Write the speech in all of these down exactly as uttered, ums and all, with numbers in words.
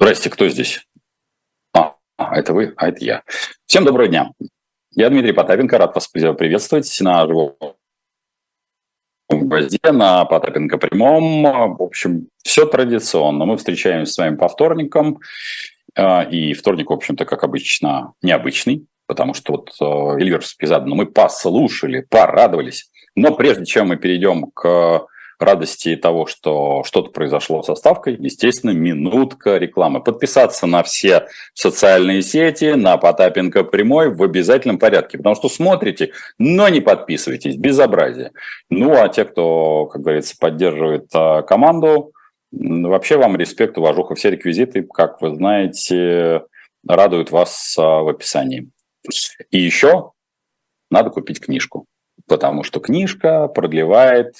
Здрасте, кто здесь? А, а, это вы, а это я. Всем доброго дня. Я Дмитрий Потапенко, рад вас приветствовать на живом гвозде, на Потапенко прямом. В общем, все традиционно. Мы встречаемся с вами по вторникам. И вторник, в общем-то, как обычно, необычный, потому что вот Эльвиру Спизаду мы послушали, порадовались. Но прежде чем мы перейдем к радости того, что что-то произошло со ставкой, естественно, минутка рекламы. Подписаться на все социальные сети, на Потапенко прямой в обязательном порядке, потому что смотрите, но не подписывайтесь, безобразие. Ну, а те, кто, как говорится, поддерживает а, команду, вообще вам респект, уважуха. Все реквизиты, как вы знаете, радуют вас а, в описании. И еще надо купить книжку, потому что книжка продлевает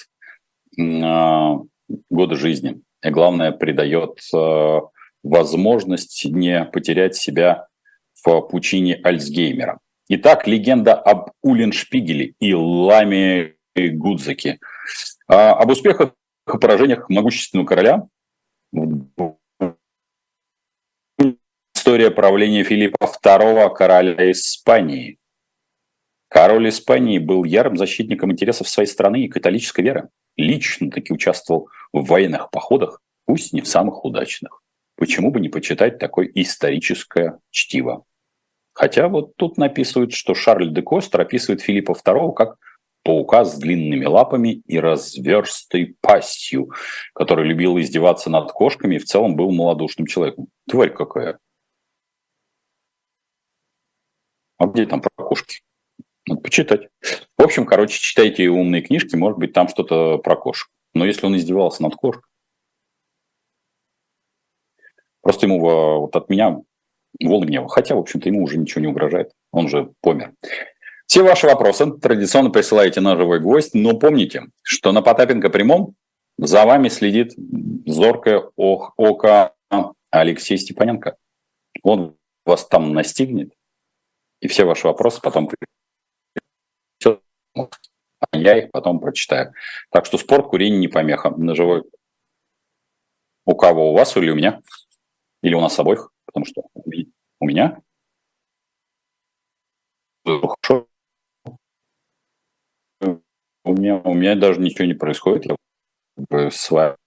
годы жизни. И главное, придает э, возможность не потерять себя в пучине Альцгеймера. Итак, легенда об Уллиншпигеле и Ламе Гудзаке. А, об успехах и поражениях могущественного короля. История правления Филиппа второго, короля Испании. Король Испании был ярым защитником интересов своей страны и католической веры. Лично таки участвовал в военных походах, пусть не в самых удачных. Почему бы не почитать такое историческое чтиво? Хотя вот тут написывают, что Шарль де Костер описывает Филиппа второго как паука с длинными лапами и разверстой пастью, который любил издеваться над кошками и в целом был малодушным человеком. Тварь какая. А где там про кошки? Надо почитать. В общем, короче, читайте умные книжки, может быть, там что-то про кошек. Но если он издевался над кошкой, просто ему вот от меня волны гнева. Хотя, в общем-то, ему уже ничего не угрожает. Он же помер. Все ваши вопросы традиционно присылайте на живой гвоздь, но помните, что на Потапенко прямом за вами следит зоркое око Алексея Степаненко. Он вас там настигнет, и все ваши вопросы потом... А я их потом прочитаю. Так что спорт, курение не помеха. На живой. У кого? У вас или у меня? Или у нас обоих? Потому что у меня. Хорошо. У меня, у меня даже ничего не происходит. Я с вами.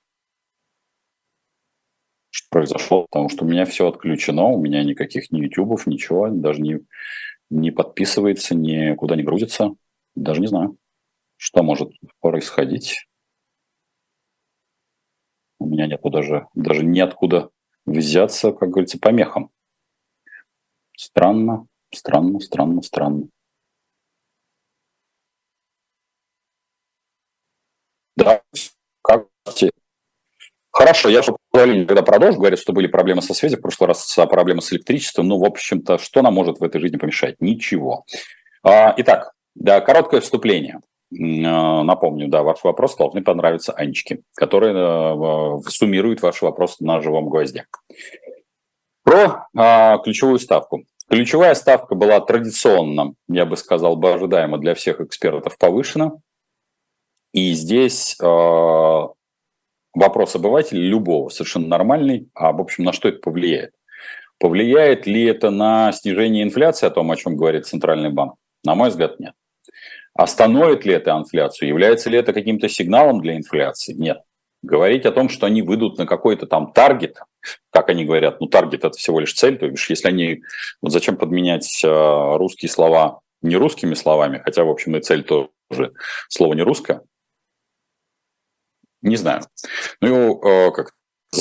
Что произошло? Потому что у меня все отключено. У меня никаких ни ютубов, ничего. Даже не, не подписывается, никуда не грузится. Даже не знаю, что может происходить. У меня нету даже, даже неоткуда взяться, как говорится, помехам. Странно, странно, странно, странно. Да, как хорошо, я же когда продолжу, говорят, что были проблемы со связью, в прошлый раз проблемы с электричеством. Ну, в общем-то, что нам может в этой жизни помешать? Ничего. Итак, да, короткое вступление. Напомню, да, ваши вопросы должны понравиться Анечке, которая э, суммирует ваши вопросы на живом гвозде. Про э, ключевую ставку. Ключевая ставка была традиционно, я бы сказал, бы ожидаемо для всех экспертов повышена. И здесь э, вопрос обывателя любого, совершенно нормальный, а в общем, на что это повлияет? Повлияет ли это на снижение инфляции, о том, о чем говорит Центральный банк? На мой взгляд, нет. Остановит ли это инфляцию? Является ли это каким-то сигналом для инфляции? Нет. Говорить о том, что они выйдут на какой-то там таргет, как они говорят, ну таргет это всего лишь цель, то бишь если они, вот зачем подменять э, русские слова не русскими словами, хотя, в общем, и цель тоже слово не русское, не знаю. Ну, э, как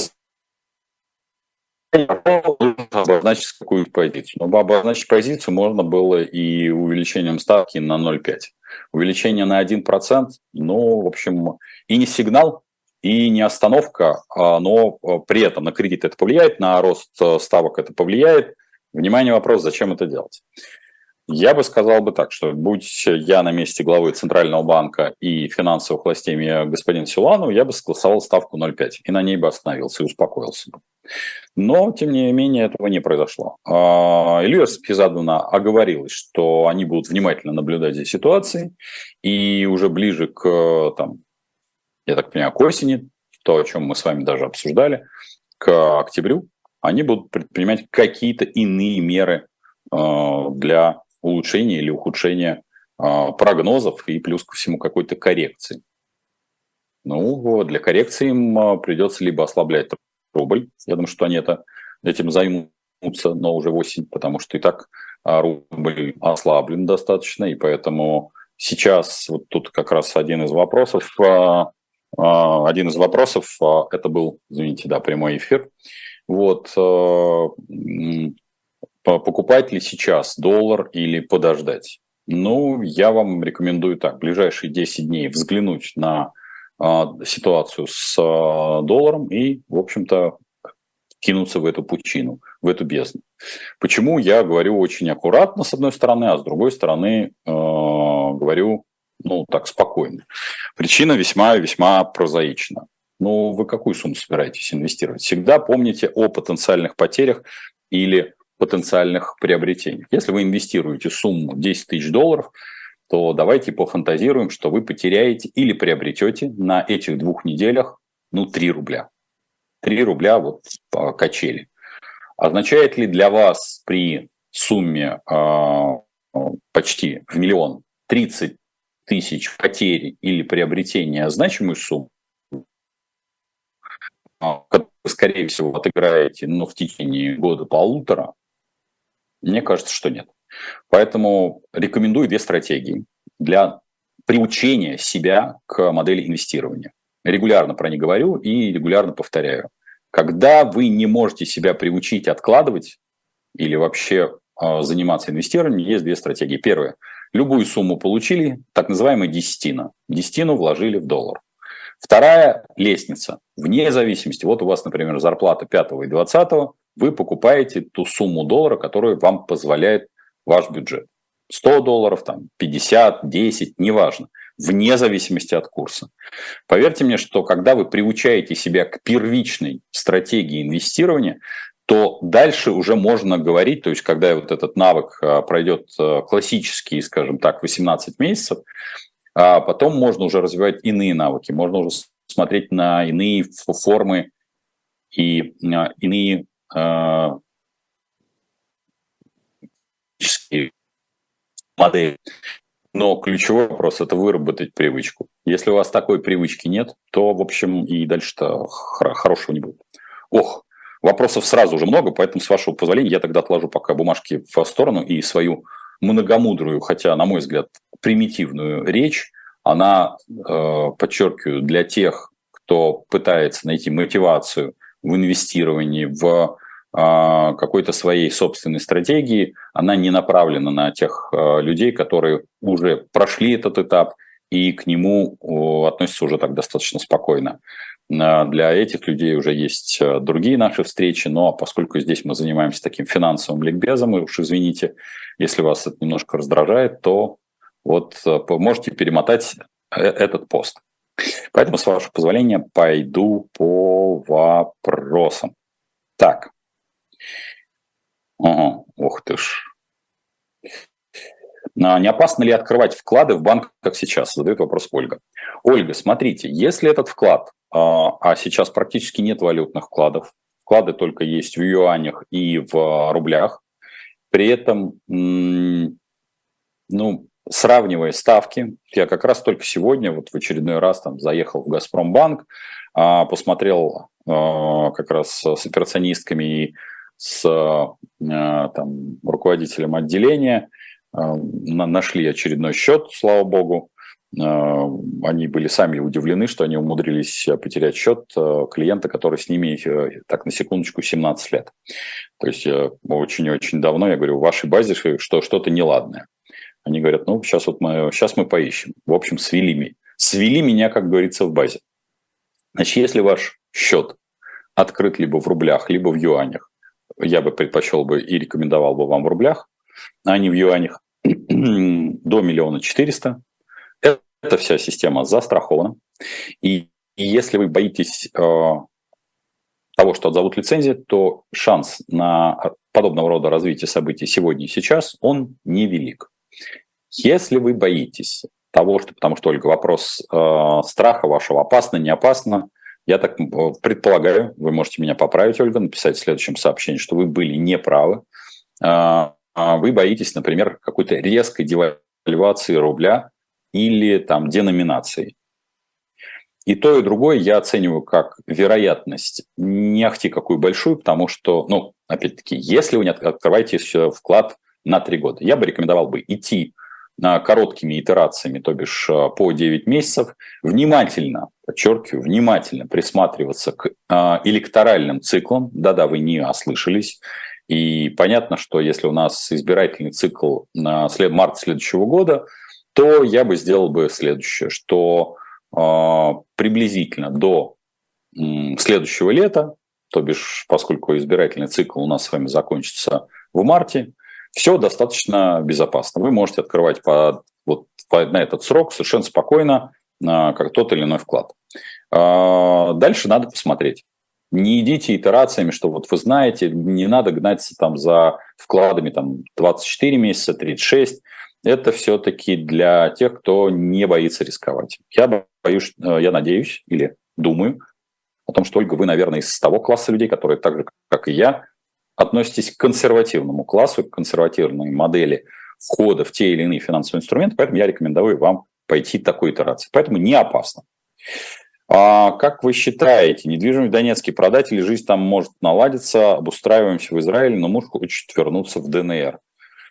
обозначить какую-то позицию. Но обозначить позицию можно было и увеличением ставки на ноль целых пять десятых. Увеличение на один процент, ну, в общем, и не сигнал, и не остановка, но при этом на кредит это повлияет, на рост ставок это повлияет. Внимание, вопрос, зачем это делать? Я бы сказал бы так, что будь я на месте главы Центрального банка и финансовых властей господина Силуанова, я бы согласовал ставку ноль целых пять десятых и на ней бы остановился и успокоился бы. Но, тем не менее, этого не произошло. Эльвира Спизадовна оговорилась, что они будут внимательно наблюдать за ситуацией, и уже ближе к, там, я так понимаю, к осени, то, о чем мы с вами даже обсуждали, к октябрю, они будут предпринимать какие-то иные меры для улучшения или ухудшения прогнозов и плюс ко всему какой-то коррекции. Ну, для коррекции им придется либо ослаблять рубль, я думаю, что они это, этим займутся, но уже в осень, потому что и так рубль ослаблен достаточно, и поэтому сейчас вот тут как раз один из вопросов, один из вопросов, это был, извините, да, прямой эфир, вот, покупать ли сейчас доллар или подождать? Ну, я вам рекомендую так, в ближайшие десять дней взглянуть на ситуацию с долларом и, в общем-то, кинуться в эту пучину, в эту бездну. Почему я говорю очень аккуратно, с одной стороны, а с другой стороны э, говорю, ну, так, спокойно. Причина весьма-весьма прозаична. Ну, вы какую сумму собираетесь инвестировать? Всегда помните о потенциальных потерях или потенциальных приобретениях. Если вы инвестируете сумму десять тысяч долларов, то давайте пофантазируем, что вы потеряете или приобретете на этих двух неделях, ну, три рубля. три рубля вот по качели. Означает ли для вас при сумме э, почти в миллион тридцать тысяч потери или приобретения значимую сумму, которую вы, скорее всего, отыграете, ну, в течение года-полутора? Мне кажется, что нет. Поэтому рекомендую две стратегии для приучения себя к модели инвестирования. Регулярно про них говорю и регулярно повторяю. Когда вы не можете себя приучить откладывать или вообще э, заниматься инвестированием, есть две стратегии. Первая. Любую сумму получили, так называемая десятина. Десятину вложили в доллар. Вторая лестница. Вне зависимости. Вот у вас, например, зарплата пятого и двадцатого. Вы покупаете ту сумму доллара, которую вам позволяет ваш бюджет. сто долларов, там, пятьдесят, десять, неважно. Вне зависимости от курса. Поверьте мне, что когда вы приучаете себя к первичной стратегии инвестирования, то дальше уже можно говорить, то есть когда вот этот навык пройдет классические, скажем так, восемнадцать месяцев, а потом можно уже развивать иные навыки, можно уже смотреть на иные формы и иные модели. Но ключевой вопрос – это выработать привычку. Если у вас такой привычки нет, то, в общем, и дальше-то хорошего не будет. Ох, вопросов сразу же много, поэтому, с вашего позволения, я тогда отложу пока бумажки в сторону и свою многомудрую, хотя, на мой взгляд, примитивную речь, она, э, подчеркиваю, для тех, кто пытается найти мотивацию в инвестировании, в какой-то своей собственной стратегии, она не направлена на тех людей, которые уже прошли этот этап и к нему относятся уже так достаточно спокойно. Для этих людей уже есть другие наши встречи, но поскольку здесь мы занимаемся таким финансовым ликбезом, и уж извините, если вас это немножко раздражает, то вот можете перемотать этот пост. Поэтому, с вашего позволения, пойду по вопросам. Так. Ага, ох ты ж. Не опасно ли открывать вклады в банк, как сейчас? Задает вопрос Ольга. Ольга, смотрите, если этот вклад, а сейчас практически нет валютных вкладов, вклады только есть в юанях и в рублях, при этом, ну, сравнивая ставки, я как раз только сегодня, вот в очередной раз там заехал в Газпромбанк, посмотрел как раз с операционистками и с там, руководителем отделения, нашли очередной счет, слава богу. Они были сами удивлены, что они умудрились потерять счет клиента, который с ними, так на секундочку, семнадцать лет. То есть очень-очень давно я говорю, в вашей базе что, что-то неладное. Они говорят, ну, сейчас, вот мы, сейчас мы поищем. В общем, свели, меня, свели меня, как говорится, в базе. Значит, если ваш счет открыт либо в рублях, либо в юанях, я бы предпочел бы и рекомендовал бы вам в рублях, а не в юанях, до миллиона четыреста. Эта вся система застрахована. И, и если вы боитесь э, того, что отзовут лицензию, то шанс на подобного рода развитие событий сегодня и сейчас, он невелик. Если вы боитесь того, что, потому что, Ольга, вопрос э, страха вашего, опасно, не опасно, Я так предполагаю, вы можете меня поправить, Ольга, написать в следующем сообщении, что вы были неправы. Вы боитесь, например, какой-то резкой девальвации рубля или там деноминации. И то, и другое я оцениваю как вероятность не ахти какую большую, потому что, ну, опять-таки, если вы не открываете вклад на три года, я бы рекомендовал бы идти короткими итерациями, то бишь по девять месяцев, внимательно, подчеркиваю, внимательно присматриваться к электоральным циклам. Да-да, вы не ослышались. И понятно, что если у нас избирательный цикл на март следующего года, то я бы сделал бы следующее, что приблизительно до следующего лета, то бишь, поскольку избирательный цикл у нас с вами закончится в марте, все достаточно безопасно. Вы можете открывать по, вот, по, на этот срок совершенно спокойно, как тот или иной вклад. Дальше надо посмотреть. Не идите итерациями, что вот вы знаете, не надо гнаться там за вкладами там, двадцать четыре месяца, тридцать шесть. Это все-таки для тех, кто не боится рисковать. Я боюсь, я надеюсь или думаю о том, что, Ольга, вы, наверное, из того класса людей, которые так же, как и я, относитесь к консервативному классу, к консервативной модели входа в те или иные финансовые инструменты, поэтому я рекомендую вам пойти такой итерации. Поэтому не опасно. А как вы считаете, недвижимость в Донецке продать или жизнь там может наладиться? Обустраиваемся в Израиле, но муж хочет вернуться в ДНР.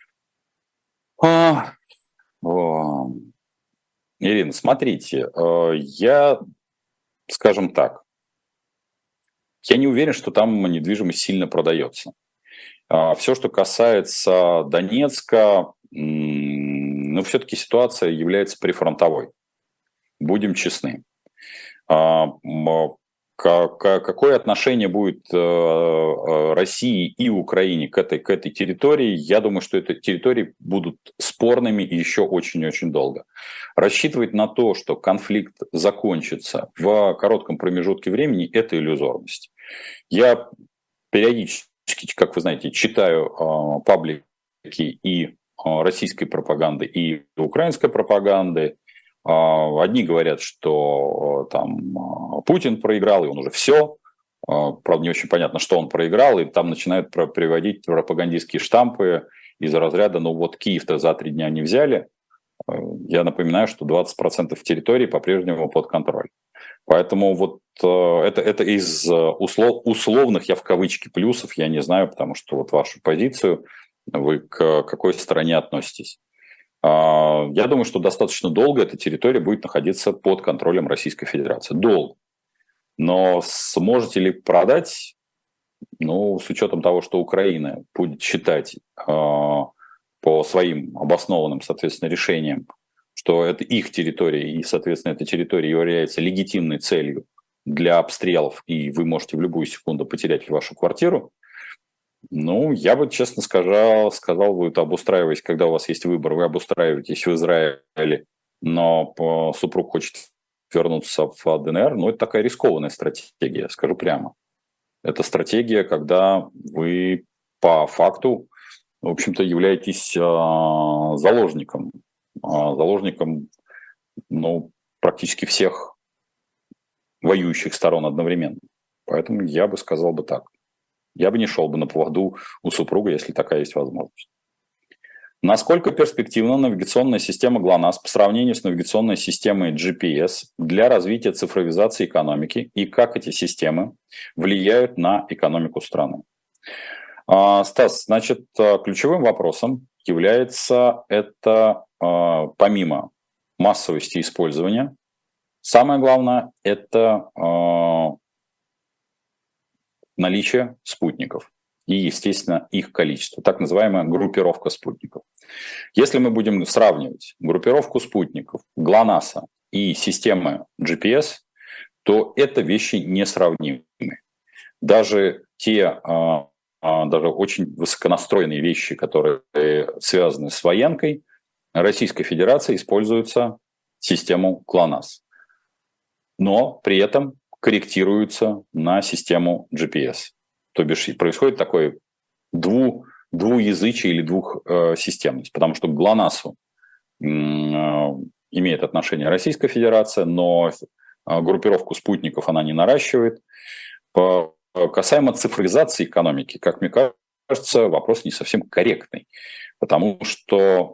А, о, Ирина, смотрите, я, скажем так, я не уверен, что там недвижимость сильно продается. Все, что касается Донецка, ну, все-таки ситуация является прифронтовой. Будем честны. Какое отношение будет России и Украине к этой, к этой территории? Я думаю, что эти территории будут спорными и еще очень-очень долго. Рассчитывать на то, что конфликт закончится в коротком промежутке времени, это иллюзорность. Я периодически, как вы знаете, читаю паблики и российской пропаганды, и украинской пропаганды. Одни говорят, что там Путин проиграл, и он уже все. Правда, не очень понятно, что он проиграл, и там начинают приводить пропагандистские штампы из разряда, ну вот Киев-то за три дня не взяли. Я напоминаю, что двадцать процентов территории по-прежнему под контролем. Поэтому вот это, это из услов, условных, я в кавычки, плюсов, я не знаю, потому что вот вашу позицию, вы к какой стороне относитесь. Я думаю, что достаточно долго эта территория будет находиться под контролем Российской Федерации. Долго. Но сможете ли продать, ну, с учетом того, что Украина будет считать э, по своим обоснованным, соответственно, решениям, что это их территория, и, соответственно, эта территория является легитимной целью для обстрелов, и вы можете в любую секунду потерять вашу квартиру, ну, я бы, честно сказал, сказал, вы обустраиваетесь, когда у вас есть выбор, вы обустраиваетесь в Израиле, но супруг хочет вернуться в ДНР, ну, это такая рискованная стратегия, скажу прямо. Это стратегия, когда вы по факту, в общем-то, являетесь заложником, заложником, ну, практически всех воюющих сторон одновременно. Поэтому я бы сказал бы так. Я бы не шел бы на поводу у супруга, если такая есть возможность. Насколько перспективна навигационная система ГЛОНАСС по сравнению с навигационной системой джи пи эс для развития цифровизации экономики и как эти системы влияют на экономику страны? Стас, значит, ключевым вопросом является это, помимо массовости использования, самое главное – это наличие спутников и, естественно, их количество, так называемая группировка спутников. Если мы будем сравнивать группировку спутников ГЛОНАССа и системы джи пи эс, то это вещи несравнимые. Даже те, даже очень высоконастроенные вещи, которые связаны с военкой, Российской Федерации используется систему ГЛОНАСС. Но при этом корректируются на систему джи пи эс. То бишь происходит такое дву, двуязычие или двухсистемность, потому что к ГЛОНАССу имеет отношение Российская Федерация, но группировку спутников она не наращивает. По, касаемо цифровизации экономики, как мне кажется, вопрос не совсем корректный, потому что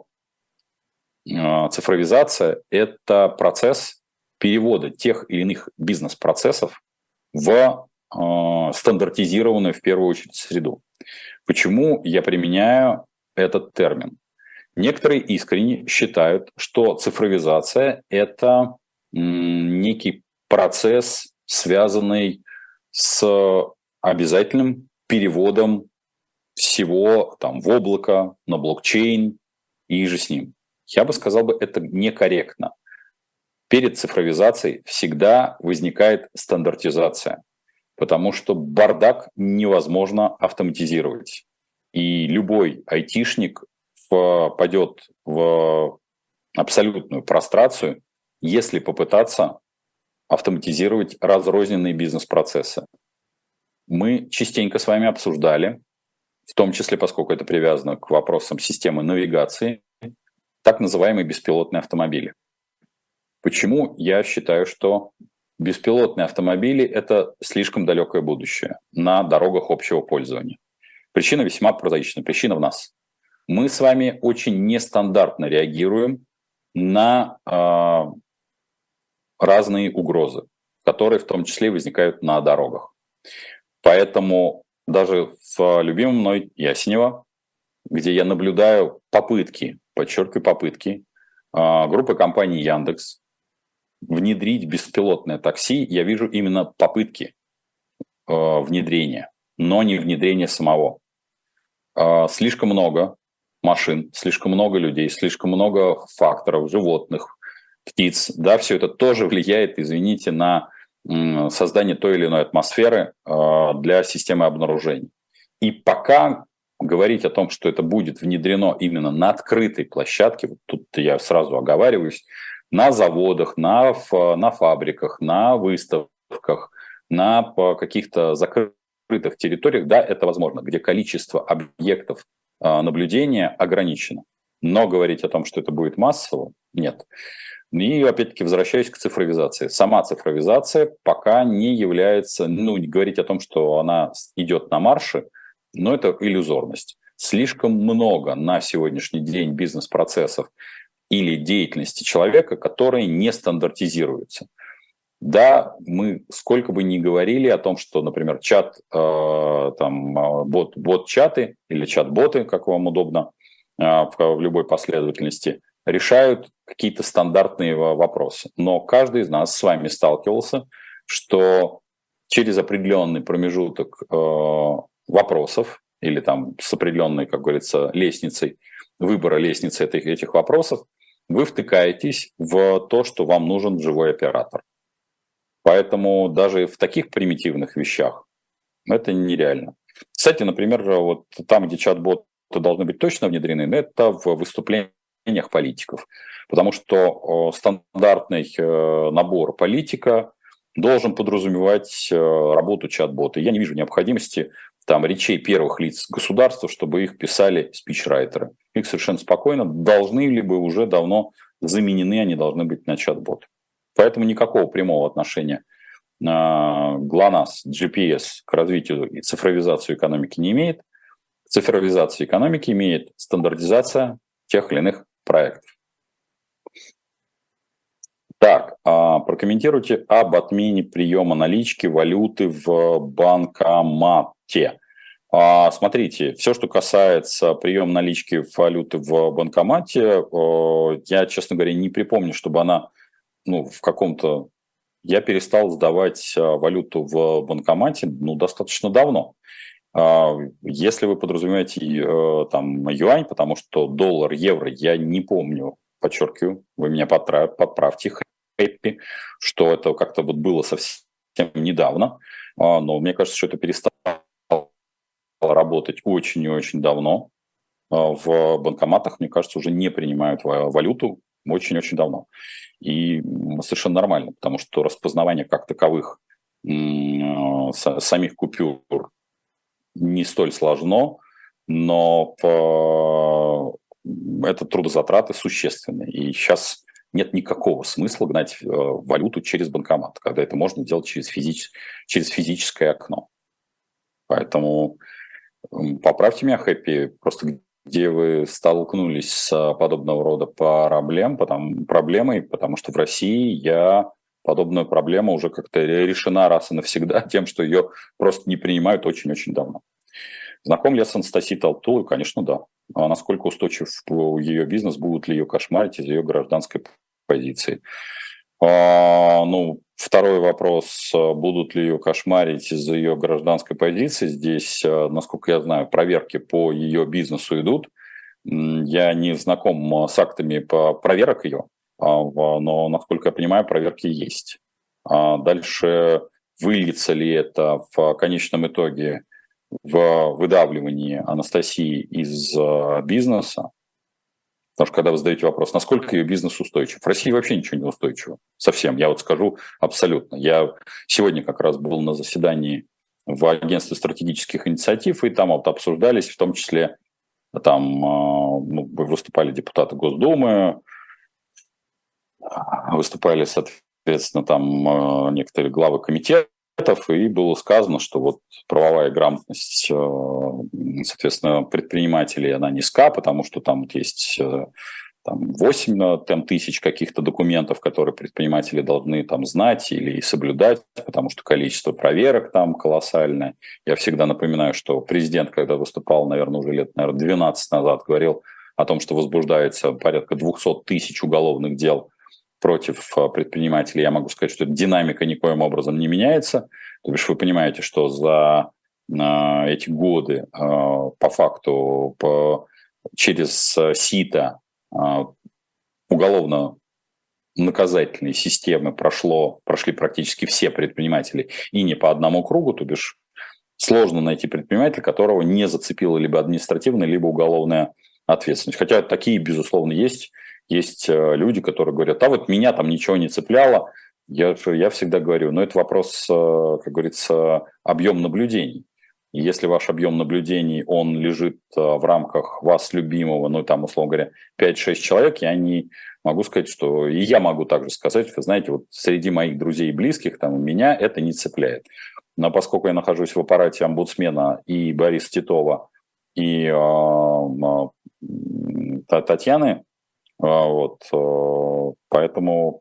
цифровизация – это процесс перевода тех или иных бизнес-процессов в э, стандартизированную, в первую очередь, среду. Почему я применяю этот термин? Некоторые искренне считают, что цифровизация – это м, некий процесс, связанный с обязательным переводом всего там, в облако, на блокчейн и же с ним. Я бы сказал, бы, это некорректно. Перед цифровизацией всегда возникает стандартизация, потому что бардак невозможно автоматизировать. И любой айтишник впадет в абсолютную прострацию, если попытаться автоматизировать разрозненные бизнес-процессы. Мы частенько с вами обсуждали, в том числе, поскольку это привязано к вопросам системы навигации, так называемые беспилотные автомобили. Почему я считаю, что беспилотные автомобили – это слишком далекое будущее на дорогах общего пользования? Причина весьма прозаична. Причина в нас. Мы с вами очень нестандартно реагируем на э, разные угрозы, которые в том числе возникают на дорогах. Поэтому даже в любимом мной Ясенево, где я наблюдаю попытки, подчеркиваю попытки, э, группы компаний Яндекс внедрить беспилотное такси, я вижу именно попытки э, внедрения, но не внедрения самого. Э, слишком много машин, слишком много людей, слишком много факторов, животных, птиц. Да, все это тоже влияет, извините, на м, создание той или иной атмосферы э, для системы обнаружения. И пока говорить о том, что это будет внедрено именно на открытой площадке, вот тут я сразу оговариваюсь, на заводах, на, на фабриках, на выставках, на каких-то закрытых территориях, да, это возможно, где количество объектов наблюдения ограничено. Но говорить о том, что это будет массово, нет. И опять-таки возвращаюсь к цифровизации. Сама цифровизация пока не является, ну, говорить о том, что она идет на марше, но это иллюзорность. Слишком много на сегодняшний день бизнес-процессов или деятельности человека, которые не стандартизируются. Да, мы сколько бы ни говорили о том, что, например, чат, э, там, бот, бот-чаты или чат-боты, как вам удобно, э, в, в любой последовательности, решают какие-то стандартные вопросы. Но каждый из нас с вами сталкивался, что через определенный промежуток э, вопросов или там с определенной, как говорится, лестницей, выбора лестницы этих, этих вопросов, вы втыкаетесь в то, что вам нужен живой оператор. Поэтому даже в таких примитивных вещах это нереально. Кстати, например, вот там, где чат-боты должны быть точно внедрены, это в выступлениях политиков. Потому что стандартный набор политика должен подразумевать работу чат-бота. Я не вижу необходимости там речей первых лиц государства, чтобы их писали спичрайтеры. Их совершенно спокойно должны либо уже давно заменены, они должны быть на чат-бот. Поэтому никакого прямого отношения ГЛОНАСС, джи пи эс к развитию и цифровизации экономики не имеет. Цифровизация экономики имеет стандартизация тех или иных проектов. Так, прокомментируйте об отмене приема налички валюты в банкомате. Смотрите, все, что касается приема налички валюты в банкомате, я, честно говоря, не припомню, чтобы она, ну, в каком-то... Я перестал сдавать валюту в банкомате, ну, достаточно давно. Если вы подразумеваете там юань, потому что доллар, евро, я не помню, подчеркиваю, вы меня подправьте, хэппи, что это как-то вот было совсем недавно, но мне кажется, что это перестало работать очень и очень давно. В банкоматах, мне кажется, уже не принимают валюту очень-очень давно. И совершенно нормально, потому что распознавание как таковых самих купюр не столь сложно, но это трудозатраты существенные. И сейчас нет никакого смысла гнать э, валюту через банкомат, когда это можно делать через, физич... через физическое окно. Поэтому м, поправьте меня, Хэппи, просто где вы столкнулись с подобного рода проблем, потому, проблемой, потому что в России я подобная проблема уже как-то решена раз и навсегда тем, что ее просто не принимают очень-очень давно. Знаком ли я с Анастасией Толтулой? Конечно, да. А насколько устойчив ее бизнес, будут ли ее кошмарить из ее гражданской позиции? А, ну, второй вопрос, будут ли ее кошмарить из-за ее гражданской позиции. Здесь, насколько я знаю, проверки по ее бизнесу идут. Я не знаком с актами по проверок ее, но, насколько я понимаю, проверки есть. А дальше выльется ли это в конечном итоге в выдавливании Анастасии из бизнеса? Потому что когда вы задаете вопрос, насколько ее бизнес устойчив, в России вообще ничего не устойчиво. Совсем. Я вот скажу абсолютно. Я сегодня как раз был на заседании в агентстве стратегических инициатив, и там вот обсуждались, в том числе, там ну, выступали депутаты Госдумы, выступали, соответственно, там некоторые главы комитетов, и было сказано, что вот правовая грамотность, соответственно, предпринимателей, она низка, потому что там вот есть там, восемь там, тысяч каких-то документов, которые предприниматели должны там знать или соблюдать, потому что количество проверок там колоссальное. Я всегда напоминаю, что президент, когда выступал, наверное, уже лет наверное, двенадцать назад, говорил о том, что возбуждается порядка двести тысяч уголовных дел против предпринимателей. Я могу сказать, что динамика никоим образом не меняется. То бишь вы понимаете, что за эти годы по факту по, через сито уголовно-наказательные системы прошло, прошли практически все предприниматели и не по одному кругу, то бишь сложно найти предпринимателя, которого не зацепила либо административная, либо уголовная ответственность. Хотя такие, безусловно, есть. Есть люди, которые говорят, а вот меня там ничего не цепляло. Я, я всегда говорю, но это вопрос, как говорится, объем наблюдений. И если ваш объем наблюдений, он лежит в рамках вас любимого, ну там, условно говоря, пять-шесть человек, я не могу сказать, что... И я могу также сказать, вы знаете, вот среди моих друзей и близких, там, меня это не цепляет. Но поскольку я нахожусь в аппарате омбудсмена и Бориса Титова, и э, э, Татьяны, вот, поэтому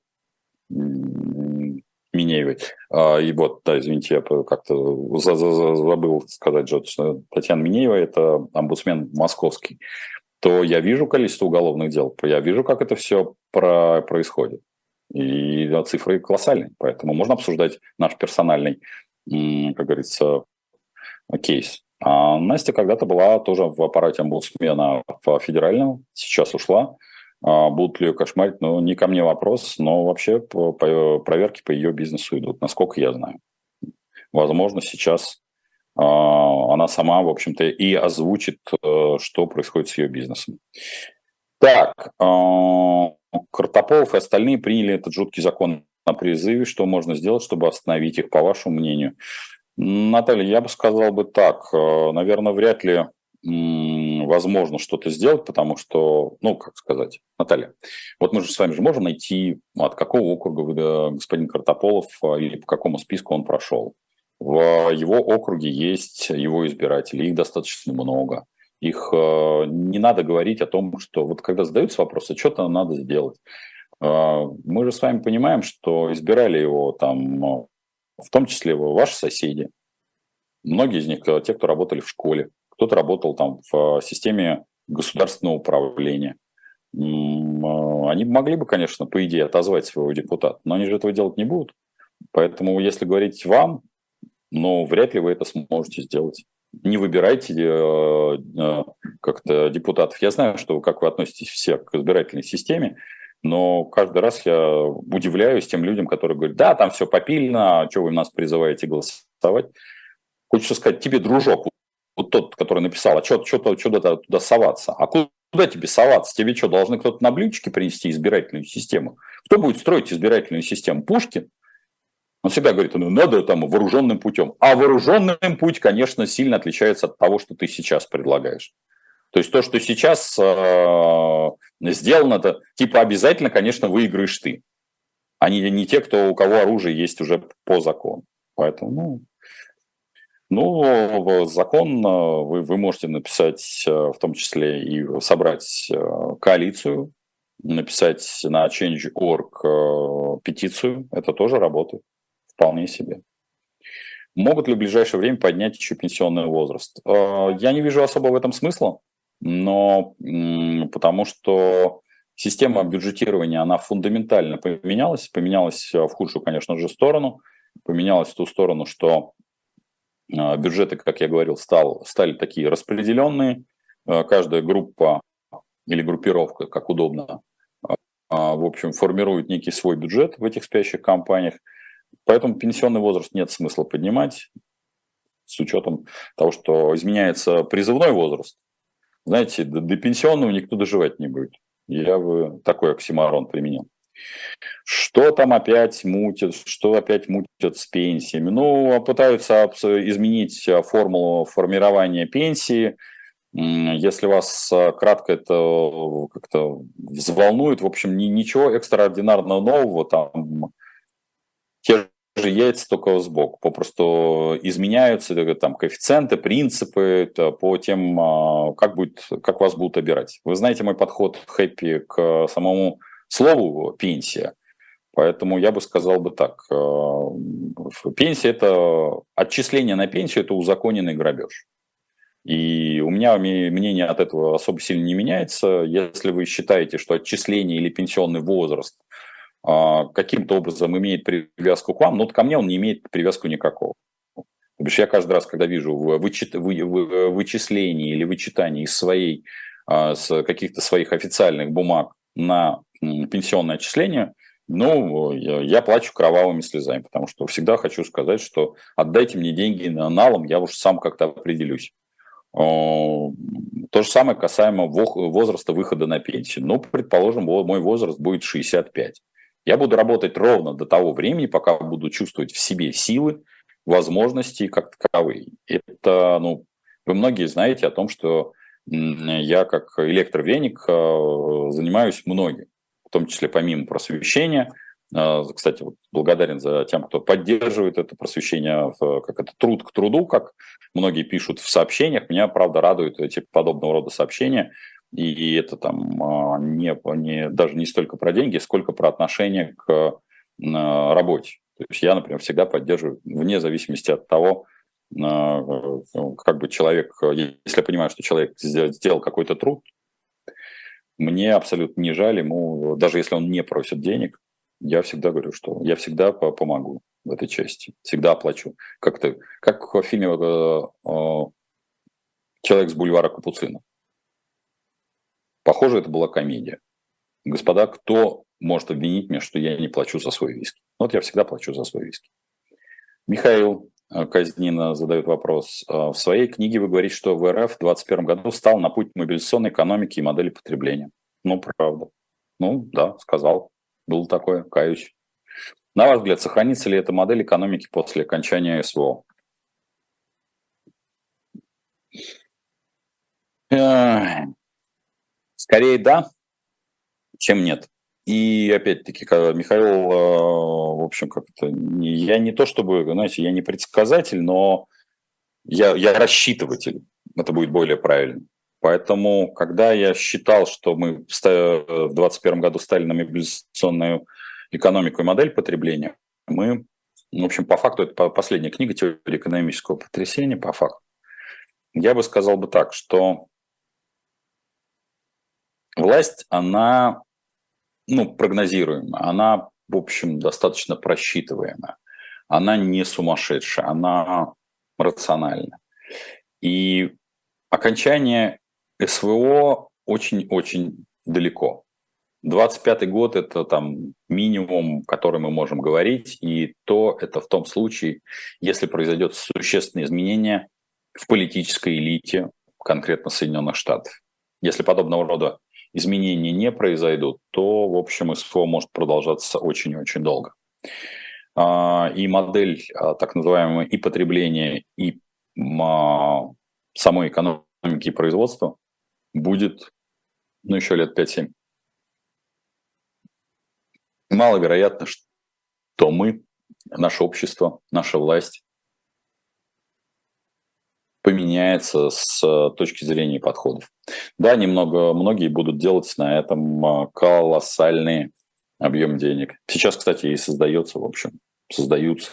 Минеевой. И вот, да, извините, я как-то забыл сказать, что Татьяна Минеева – это омбудсмен московский. То я вижу количество уголовных дел, я вижу, как это все про- происходит. И цифры колоссальные. Поэтому можно обсуждать наш персональный, как говорится, кейс. А Настя когда-то была тоже в аппарате омбудсмена в федеральном, сейчас ушла. Будут ли ее кошмарить? Ну, не ко мне вопрос, но вообще по, по, проверки по ее бизнесу идут, насколько я знаю. Возможно, сейчас э, она сама, в общем-то, и озвучит, э, что происходит с ее бизнесом. Так, э, Картополов и остальные приняли этот жуткий закон о призыве. Что можно сделать, чтобы остановить их, по вашему мнению? Наталья, я бы сказал бы так. Э, наверное, вряд ли возможно что-то сделать, потому что, ну, как сказать, Наталья, вот мы же с вами же можем найти, от какого округа господин Картополов или по какому списку он прошел. В его округе есть его избиратели, их достаточно много. Их не надо говорить о том, что вот когда задаются вопросы, что-то надо сделать. Мы же с вами понимаем, что избирали его там, в том числе ваши соседи. Многие из них, те, кто работали в школе. Кто-то работал там в системе государственного управления. Они могли бы, конечно, по идее, отозвать своего депутата, но они же этого делать не будут. Поэтому, если говорить вам, ну, вряд ли вы это сможете сделать. Не выбирайте как-то депутатов. Я знаю, что как вы относитесь все к избирательной системе, но каждый раз я удивляюсь тем людям, которые говорят, да, там все попильно, а что вы нас призываете голосовать? Хочется сказать, тебе, дружок, вот тот, который написал, а что туда, туда соваться? А куда тебе соваться? Тебе что, должны кто-то на блюдечке принести избирательную систему? Кто будет строить избирательную систему? Пушкин? Он всегда говорит, ну, надо там вооруженным путем. А вооруженный путь, конечно, сильно отличается от того, что ты сейчас предлагаешь. То есть то, что сейчас э, сделано, это типа обязательно, конечно, выиграешь ты, а не, не те, кто, у кого оружие есть уже по закону. Поэтому, ну, ну закон вы, вы можете написать, в том числе и собрать коалицию, написать на change точка org петицию, это тоже работает вполне себе. Могут ли в ближайшее время поднять еще пенсионный возраст? Я не вижу особо в этом смысла, но потому что система бюджетирования, она фундаментально поменялась, поменялась в худшую, конечно же, сторону, поменялась в ту сторону, что бюджеты, как я говорил, стал, стали такие распределенные, каждая группа или группировка, как удобно, в общем, формирует некий свой бюджет в этих спящих компаниях. Поэтому пенсионный возраст нет смысла поднимать с учетом того, что изменяется призывной возраст. Знаете, до, до пенсионного никто доживать не будет. Я бы такой оксиморон применил. Что там опять мутят, что опять мутят с пенсиями? Ну, пытаются изменить формулу формирования пенсии. Если вас кратко это как-то взволнует, в общем, ничего экстраординарного нового, там те же яйца, только сбоку. Попросту изменяются там коэффициенты, принципы по тем, как, будет, как вас будут обирать. Вы знаете мой подход хэппи к самому слову «пенсия». Поэтому я бы сказал бы так. Пенсия – это отчисление на пенсию, это узаконенный грабеж. И у меня мнение от этого особо сильно не меняется. Если вы считаете, что отчисление или пенсионный возраст каким-то образом имеет привязку к вам, но ко мне он не имеет привязку никакого. Потому что я каждый раз, когда вижу вычит, вы, вы, вычисление или вычитание из своей, с каких-то своих официальных бумаг на пенсионное отчисление, ну, я плачу кровавыми слезами, потому что всегда хочу сказать, что отдайте мне деньги налом, я уж сам как-то определюсь. То же самое касаемо возраста выхода на пенсию. Ну, предположим, мой возраст будет шестьдесят пять. Я буду работать ровно до того времени, пока буду чувствовать в себе силы, возможности как таковые. Это, ну, вы многие знаете о том, что я как электровеник занимаюсь многим, в том числе помимо просвещения. Кстати, вот благодарен за тем, кто поддерживает это просвещение, как это труд к труду, как многие пишут в сообщениях. Меня, правда, радуют эти подобного рода сообщения. И это там не, не, даже не столько про деньги, сколько про отношение к работе. То есть я, например, всегда поддерживаю, вне зависимости от того, как бы человек, если я понимаю, что человек сделал какой-то труд, мне абсолютно не жаль ему, даже если он не просит денег, я всегда говорю, что я всегда помогу в этой части, всегда оплачу. Как-то, как в фильме «Человек с бульвара Капуцинов». Похоже, это была комедия. Господа, кто может обвинить меня, что я не плачу за свой виски? Вот я всегда плачу за свой виски. Михаил Казнина задает вопрос. В своей книге вы говорите, что в РФ в двадцать первом году стал на путь мобилизационной экономики и модели потребления. Ну, правда. Ну, да, сказал. Было такое, каюсь. На ваш взгляд, сохранится ли эта модель экономики после окончания СВО? Скорее да, чем нет. И опять-таки, Михаил, в общем, как-то я не то чтобы, знаете, я не предсказатель, но я, я рассчитыватель. Это будет более правильно. Поэтому, когда я считал, что мы в двадцать первом году стали на мобилизационную экономику и модель потребления, мы, в общем, по факту, это последняя книга «Теория экономического потрясения», по факту. Я бы сказал бы так, что власть, она, ну, прогнозируемая, она, в общем, достаточно просчитываемая. Она не сумасшедшая, она рациональна. И окончание СВО очень-очень далеко. двадцать пятый год – это там минимум, который мы можем говорить, и то это в том случае, если произойдет существенное изменение в политической элите, конкретно Соединенных Штатов. Если подобного рода изменения не произойдут, то, в общем, СВО может продолжаться очень-очень долго. И модель так называемого и потребления, и самой экономики и производства будет, ну, еще лет пять-семь. Маловероятно, что мы, наше общество, наша власть поменяется с точки зрения подходов. Да, немного, многие будут делать на этом колоссальный объем денег. Сейчас, кстати, и создается, в общем, создаются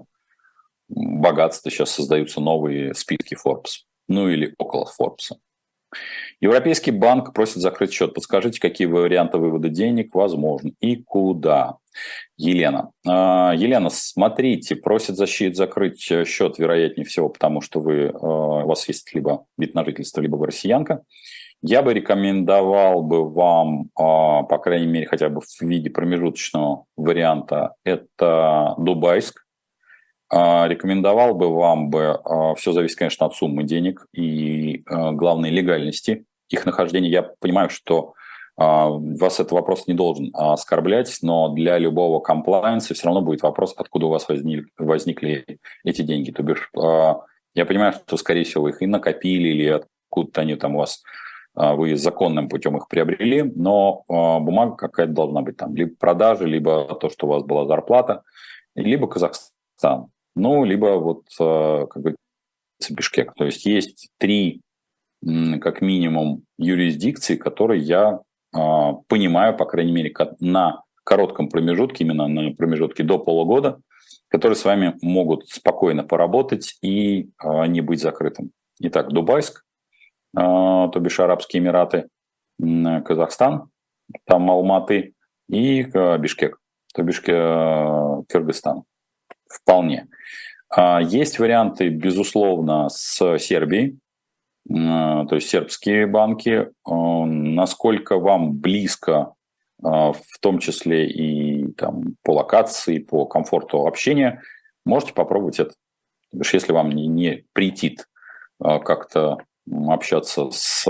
богатства, сейчас создаются новые списки Forbes, ну или около Forbes. Европейский банк просит закрыть счет. Подскажите, какие варианты вывода денег возможны и куда? Елена. Елена, смотрите, просит защит закрыть счет, вероятнее всего, потому что вы, у вас есть либо вид на жительство, либо вы россиянка. Я бы рекомендовал бы вам, по крайней мере, хотя бы в виде промежуточного варианта, это Дубайск. Рекомендовал бы вам бы, все зависит, конечно, от суммы денег и главной легальности их нахождения. Я понимаю, что вас этот вопрос не должен оскорблять, но для любого комплайенса все равно будет вопрос, откуда у вас возник, возникли эти деньги. То бишь, я понимаю, что, скорее всего, их и накопили, или откуда-то они там у вас, вы законным путем их приобрели, но бумага какая-то должна быть там, либо продажи, либо то, что у вас была зарплата, либо Казахстан, ну, либо вот, как говорится, Бишкек. То есть есть три, как минимум, юрисдикции, которые я понимаю, по крайней мере, на коротком промежутке, именно на промежутке до полугода, которые с вами могут спокойно поработать и не быть закрытым. Итак, Дубайск, то бишь Арабские Эмираты, Казахстан, там Алматы, и Бишкек, то бишь Кыргызстан. Вполне. Есть варианты, безусловно, с Сербией, то есть сербские банки. Насколько вам близко, в том числе и там, по локации, по комфорту общения, можете попробовать это. Потому что если вам не, не претит как-то общаться с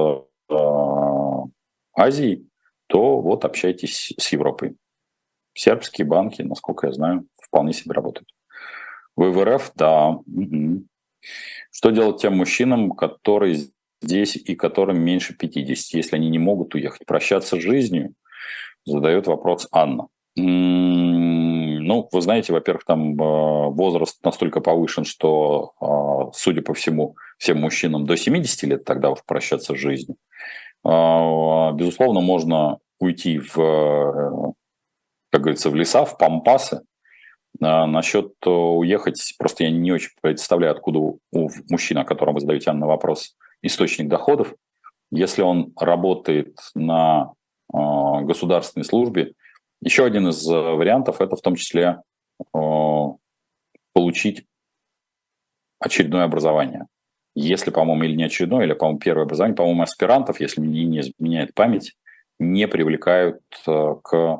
Азией, то вот общайтесь с Европой. Сербские банки, насколько я знаю, вполне себе работают. Вы в РФ? Да. Угу. Что делать тем мужчинам, которые здесь и которым меньше пятидесяти, если они не могут уехать? Прощаться с жизнью? Задает вопрос Анна. Ну, вы знаете, во-первых, там возраст настолько повышен, что, судя по всему, всем мужчинам до семидесяти лет тогда уж прощаться с жизнью. Безусловно, можно уйти в, как говорится, в леса, в пампасы. Насчет уехать, просто я не очень представляю, откуда у мужчины, о котором вы задаете, Анна, вопрос, источник доходов. Если он работает на государственной службе, еще один из вариантов – это в том числе получить очередное образование. Если, по-моему, или не очередное, или, по-моему, первое образование, по-моему, аспирантов, если мне не изменяет память, не привлекают к,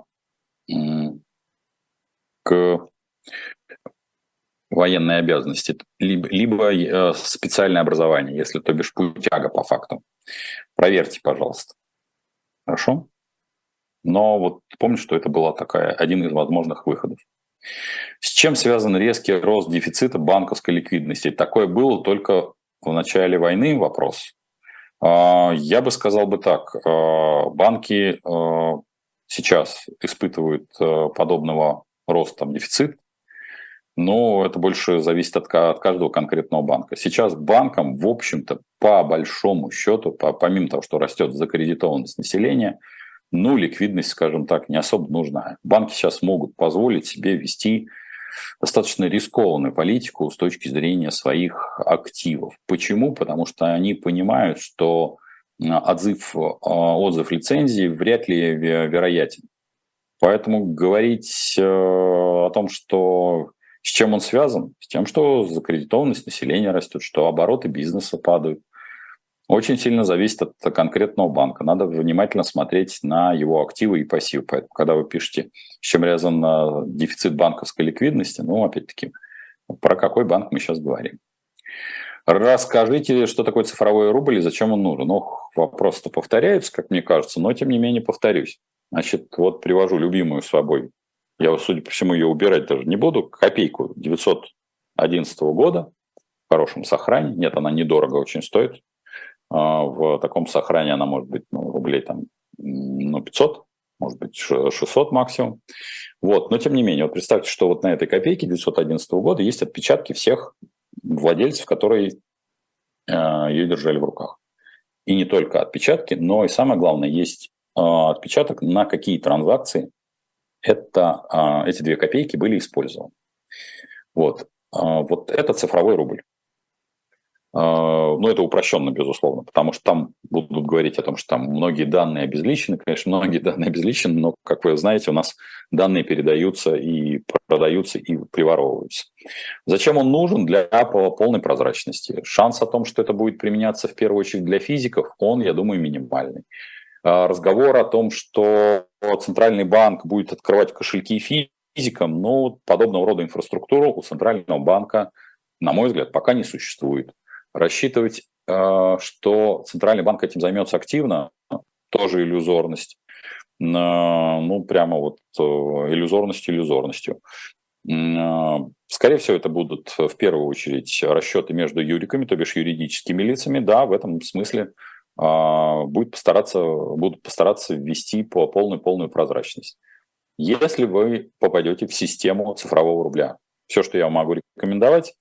к военной обязанности, либо, либо специальное образование, если, то бишь, путяга по факту. Проверьте, пожалуйста. Хорошо? Но вот помню, что это была такая, один из возможных выходов. С чем связан резкий рост дефицита банковской ликвидности? Такое было только в начале войны, вопрос. Я бы сказал бы так. Банки сейчас испытывают подобного роста дефицит, но это больше зависит от, от каждого конкретного банка. Сейчас банкам, в общем-то, по большому счету, по, помимо того, что растет закредитованность населения, ну, ликвидность, скажем так, не особо нужна. Банки сейчас могут позволить себе вести достаточно рискованную политику с точки зрения своих активов. Почему? Потому что они понимают, что отзыв, отзыв лицензии вряд ли вероятен. Поэтому говорить о том, что с чем он связан? С тем, что закредитованность населения растет, что обороты бизнеса падают. Очень сильно зависит от конкретного банка. Надо внимательно смотреть на его активы и пассивы. Поэтому, когда вы пишете, с чем связан дефицит банковской ликвидности, ну, опять-таки, про какой банк мы сейчас говорим. Расскажите, что такое цифровой рубль и зачем он нужен. Ну, вопросы-то повторяются, как мне кажется, но, тем не менее, повторюсь. Значит, вот привожу любимую с собой. Я, судя по всему, ее убирать даже не буду. Копейку девятьсот одиннадцатого года в хорошем сохране. Нет, она недорого очень стоит. В таком сохране она может быть, ну, рублей там, ну, пятьсот, может быть, шестьсот максимум. Вот. Но тем не менее, вот представьте, что вот на этой копейке девятьсот одиннадцатого года есть отпечатки всех владельцев, которые ее держали в руках. И не только отпечатки, но и самое главное, есть отпечаток, на какие транзакции это, эти две копейки были использованы. Вот. Вот это цифровой рубль. Ну, это упрощенно, безусловно, потому что там будут говорить о том, что там многие данные обезличены. Конечно, многие данные обезличены, но, как вы знаете, у нас данные передаются и продаются, и приворовываются. Зачем он нужен? Для полной прозрачности. Шанс о том, что это будет применяться в первую очередь для физиков, он, я думаю, минимальный. Разговор о том, что Центральный банк будет открывать кошельки физикам, ну, подобного рода инфраструктуру у Центрального банка, на мой взгляд, пока не существует. Рассчитывать, что Центральный банк этим займется активно, тоже иллюзорность. Ну, прямо вот иллюзорностью, иллюзорностью. Скорее всего, это будут в первую очередь расчеты между юриками, то бишь юридическими лицами. Да, в этом смысле будет постараться, будут постараться ввести по полную-полную прозрачность. Если вы попадете в систему цифрового рубля, все, что я могу рекомендовать,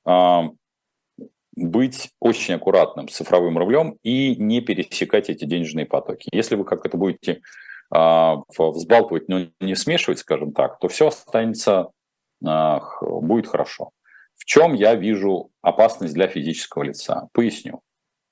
быть очень аккуратным с цифровым рублем и не пересекать эти денежные потоки. Если вы как это будете взбалтывать, но не смешивать, скажем так, то все останется, будет хорошо. В чем я вижу опасность для физического лица? Поясню.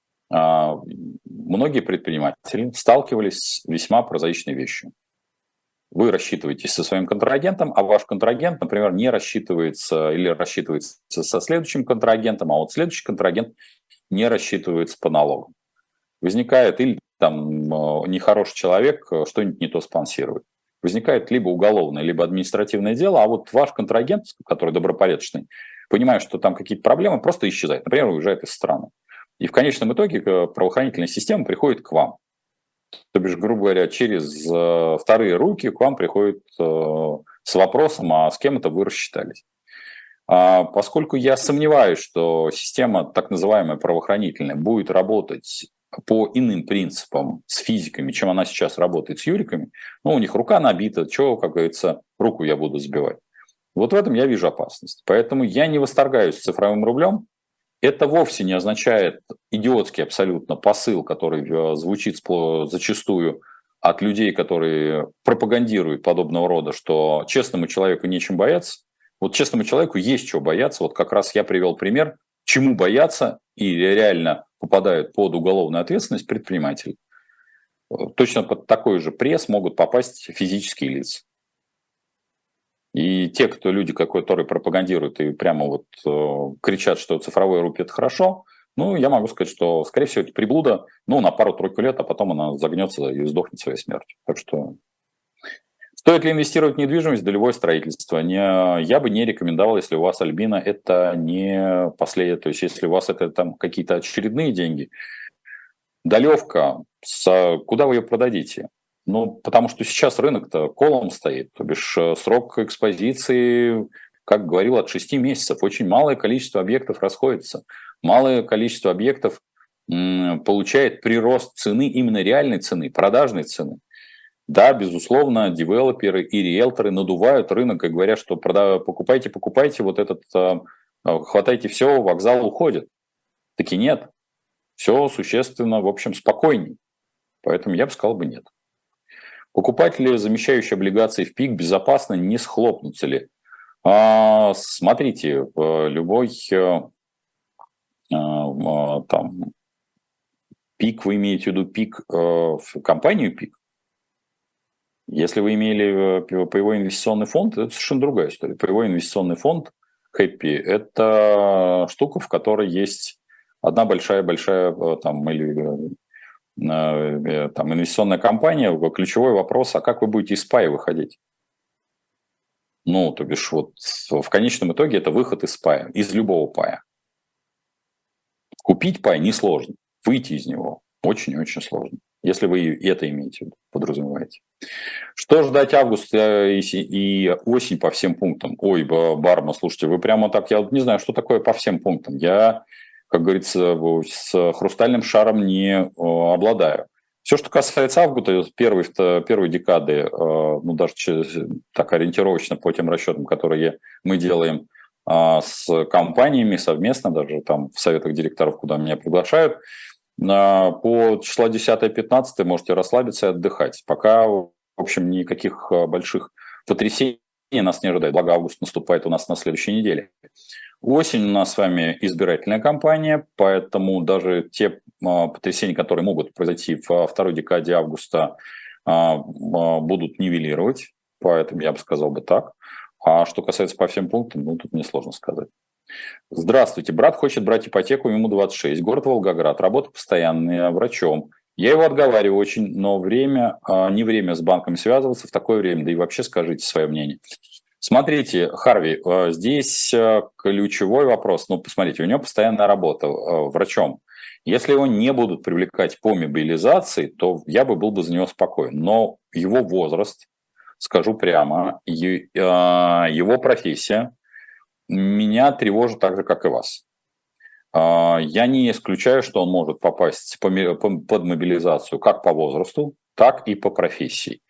Многие предприниматели сталкивались с весьма прозаичной вещью. Вы рассчитываетесь со своим контрагентом, а ваш контрагент, например, не рассчитывается или рассчитывается со следующим контрагентом, а вот следующий контрагент не рассчитывается по налогам. Возникает или там нехороший человек что-нибудь не то спонсирует. Возникает либо уголовное, либо административное дело, а вот ваш контрагент, который добропорядочный, понимая, что там какие-то проблемы, просто исчезает. Например, уезжает из страны. И в конечном итоге правоохранительная система приходит к вам. То бишь, грубо говоря, через э, вторые руки к вам приходит э, с вопросом, а с кем это вы рассчитались. А, поскольку я сомневаюсь, что система так называемая правоохранительная будет работать по иным принципам с физиками, чем она сейчас работает с юриками, ну, у них рука набита, что, как говорится, руку я буду сбивать. Вот в этом я вижу опасность. Поэтому я не восторгаюсь цифровым рублем. Это вовсе не означает идиотский абсолютно посыл, который звучит зачастую от людей, которые пропагандируют подобного рода, что честному человеку нечем бояться. Вот честному человеку есть чего бояться. Вот как раз я привел пример, чему бояться и реально попадают под уголовную ответственность предприниматели. Точно под такой же пресс могут попасть физические лица. И те, кто люди, которые пропагандируют и прямо вот э, кричат, что цифровой рубль – это хорошо, ну, я могу сказать, что, скорее всего, это приблуда, ну, на пару-тройку лет, а потом она загнется и сдохнет своей смертью. Так что стоит ли инвестировать в недвижимость, долевое строительство? Не, я бы не рекомендовал, если у вас Альбина, это не последнее, то есть если у вас это там какие-то очередные деньги, долевка, с, куда вы ее продадите? Ну, потому что сейчас рынок-то колом стоит, то бишь срок экспозиции, как говорил, от шести месяцев. Очень малое количество объектов расходится. Малое количество объектов м, получает прирост цены, именно реальной цены, продажной цены. Да, безусловно, девелоперы и риэлторы надувают рынок и говорят, что прода- покупайте, покупайте, вот этот, э, хватайте все, вокзал уходит. Таки нет. Все существенно, в общем, спокойней. Поэтому я бы сказал бы нет. Покупатели, замещающие облигации в пик, безопасно, не схлопнутся ли? А, смотрите, любой а, там, пик, вы имеете в виду пик в компанию пик? Если вы имели паевой инвестиционный фонд, это совершенно другая история. Паевой инвестиционный фонд Happy – это штука, в которой есть одна большая-большая там, или там, инвестиционная компания, ключевой вопрос, а как вы будете из пая выходить? Ну, то бишь, вот в конечном итоге это выход из пая, из любого пая. Купить пай несложно, выйти из него очень-очень сложно, если вы это имеете в виду, подразумеваете. Что ждать август и осень по всем пунктам? Ой, Барма, слушайте, вы прямо так, я не знаю, что такое по всем пунктам. Я как говорится, с хрустальным шаром не обладаю. Все, что касается августа, первой, первой декады, ну, даже так ориентировочно по тем расчетам, которые мы делаем с компаниями совместно, даже там в советах директоров, куда меня приглашают, по числа десятое-пятнадцатое можете расслабиться и отдыхать. Пока, в общем, никаких больших потрясений нас не ожидает. Благо, август наступает у нас на следующей неделе. Осень у нас с вами избирательная кампания, поэтому даже те потрясения, которые могут произойти во второй декаде августа, будут нивелировать. Поэтому я бы сказал бы так. А что касается по всем пунктам, ну, тут мне сложно сказать. Здравствуйте. Брат хочет брать ипотеку, ему двадцать шесть. Город Волгоград. Работа постоянная, врачом. Я его отговариваю очень, но время, не время с банком связываться в такое время. Да и вообще скажите свое мнение. Смотрите, Харви, здесь ключевой вопрос. Ну, посмотрите, у него постоянная работа врачом. Если его не будут привлекать по мобилизации, то я бы был бы за него спокоен. Но его возраст, скажу прямо, его профессия меня тревожит так же, как и вас. Я не исключаю, что он может попасть под мобилизацию как по возрасту, так и по профессии.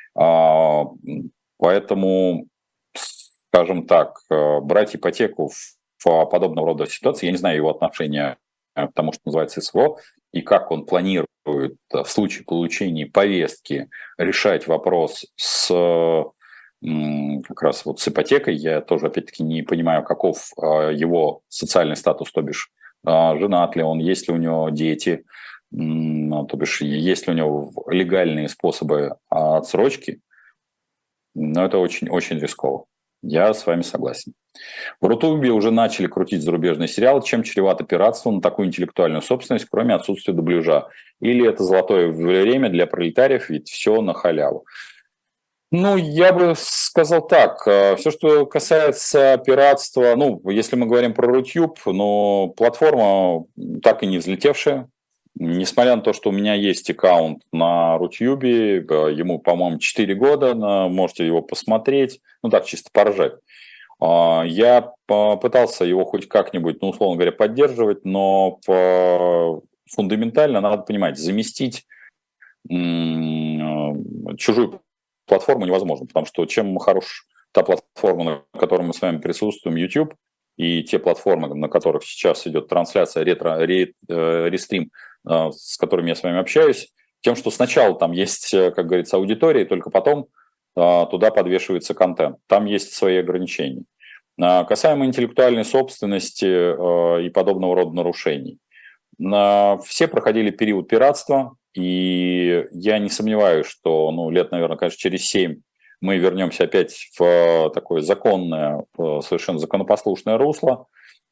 Поэтому, скажем так, брать ипотеку в подобного рода ситуации, я не знаю его отношения к тому, что называется СВО, и как он планирует в случае получения повестки решать вопрос с как раз вот с ипотекой. Я тоже, опять-таки, не понимаю, каков его социальный статус, то бишь, женат ли он, есть ли у него дети, то бишь, есть ли у него легальные способы отсрочки. Но это очень-очень рисково. Я с вами согласен. В Рутубе уже начали крутить зарубежный сериал. Чем чревато пиратство на такую интеллектуальную собственность, кроме отсутствия дубляжа? Или это золотое время для пролетариев, ведь все на халяву? Ну, я бы сказал так. Все, что касается пиратства, ну, если мы говорим про Рутюб, но платформа так и не взлетевшая. Несмотря на то, что у меня есть аккаунт на Рутюбе, ему, по-моему, четыре года, можете его посмотреть, ну так, чисто поржать. Я пытался его хоть как-нибудь, ну, условно говоря, поддерживать, но фундаментально надо понимать, заместить чужую платформу невозможно, потому что чем хорош та платформа, на которой мы с вами присутствуем, YouTube, и те платформы, на которых сейчас идет трансляция, ретро, ре, рестрим, с которыми я с вами общаюсь, тем, что сначала там есть, как говорится, аудитория, и только потом туда подвешивается контент. Там есть свои ограничения. Касаемо интеллектуальной собственности и подобного рода нарушений. Все проходили период пиратства, и я не сомневаюсь, что ну, лет, наверное, конечно, через семь мы вернемся опять в такое законное, совершенно законопослушное русло.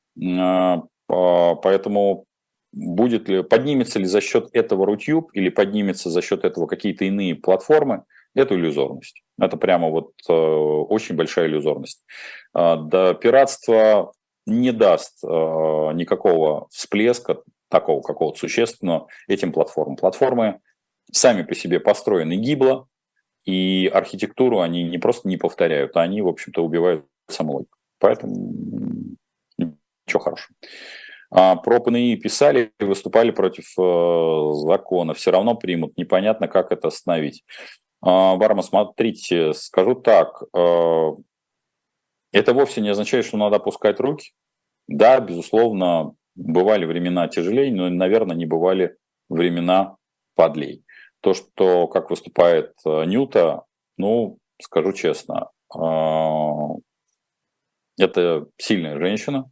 Поэтому будет ли, поднимется ли за счет этого Рутюб или поднимется за счет этого какие-то иные платформы, это иллюзорность. Это прямо вот очень большая иллюзорность. Да, пиратство не даст никакого всплеска, такого какого-то существенного этим платформам. Платформы сами по себе построены гибло, и архитектуру они не просто не повторяют, а они, в общем-то, убивают саму логику. Поэтому ничего хорошего. А про ПНИ писали, выступали против э, закона, все равно примут, непонятно, как это остановить. А, Варма, смотрите, скажу так, э, это вовсе не означает, что надо опускать руки. Да, безусловно, бывали времена тяжелее, но, наверное, не бывали времена подлей. То, что как выступает Нюта, ну, скажу честно, это сильная женщина.